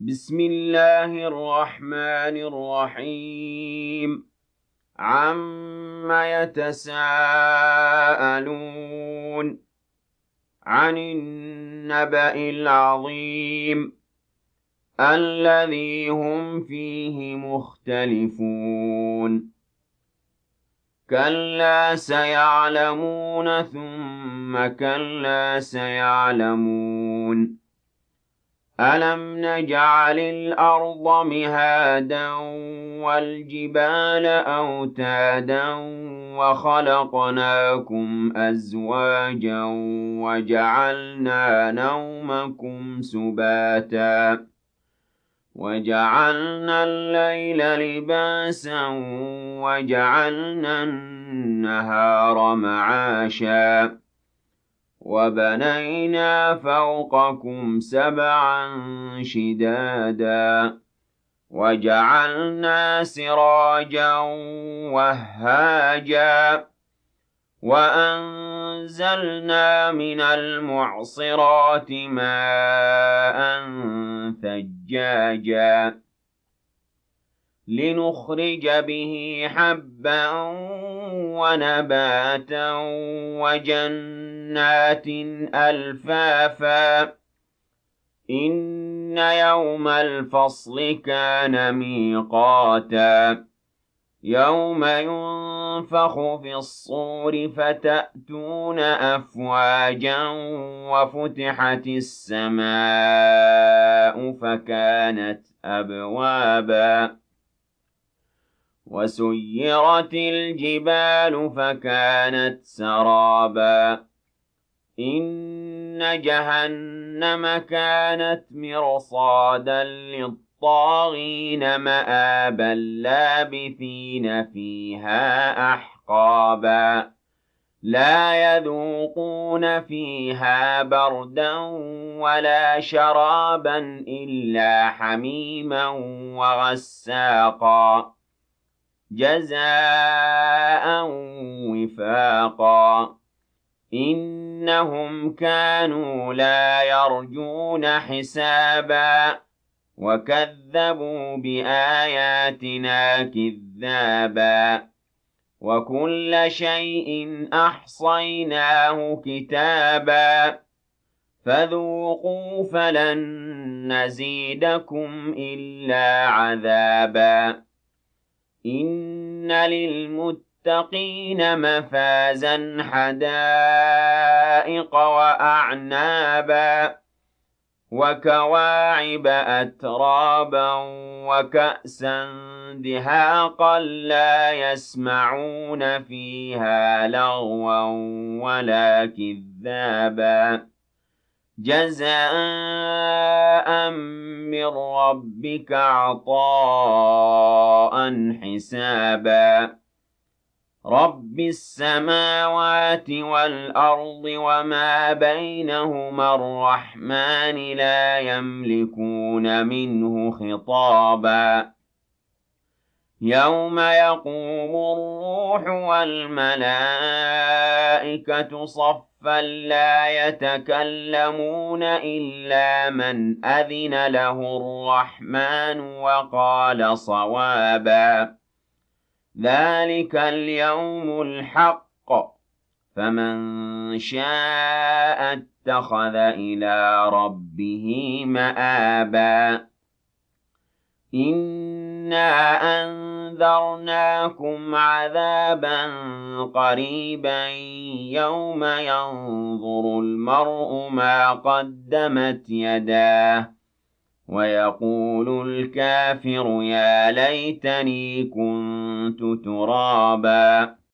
بسم الله الرحمن الرحيم. عم يتساءلون عن النبأ العظيم الذي هم فيه مختلفون. كلا سيعلمون ثم كلا سيعلمون. ألم نجعل الأرض مهادا والجبال أوتادا وخلقناكم أزواجا وجعلنا نومكم سباتا وجعلنا الليل لباسا وجعلنا النهار معاشا وبنينا فوقكم سبعا شدادا وجعلنا سراجا وهاجا وأنزلنا من المعصرات ماء ثجاجا لنخرج به حبا ونباتا وجنات ألفافا. إن يوم الفصل كان ميقاتا يوم ينفخ في الصور فتأتون أفواجا وفتحت السماء فكانت أبوابا وسيرت الجبال فكانت سرابا. إن جهنم كانت مرصادا للطاغين مآبا لابثين فيها أحقابا لا يذوقون فيها بردا ولا شرابا إلا حميما وغساقا جزاء وفاقا. إنهم كانوا لا يرجون حسابا وكذبوا بآياتنا كذابا وكل شيء أحصيناه كتابا فذوقوا فلن نزيدكم إلا عذابا. إن للمتقين مفازا حدائق وأعنابا وكواعب أترابا وكأسا دهاقا لا يسمعون فيها لغوا ولا كذابا جزاء من ربك عطاء حسابا. رب السماوات والأرض وما بينهما الرحمن لا يملكون منه خطابا. يوم يقوم الروح والملائكة صفا لا يتكلمون إلا من أذن له الرحمن وقال صوابا. ذلك اليوم الحق فمن شاء اتخذ إلى ربه مآبا. إنا أنذرناكم عذابا قريبا يوم ينظر المرء ما قدمت يداه ويقول الكافر يا ليتني كنت ترابا.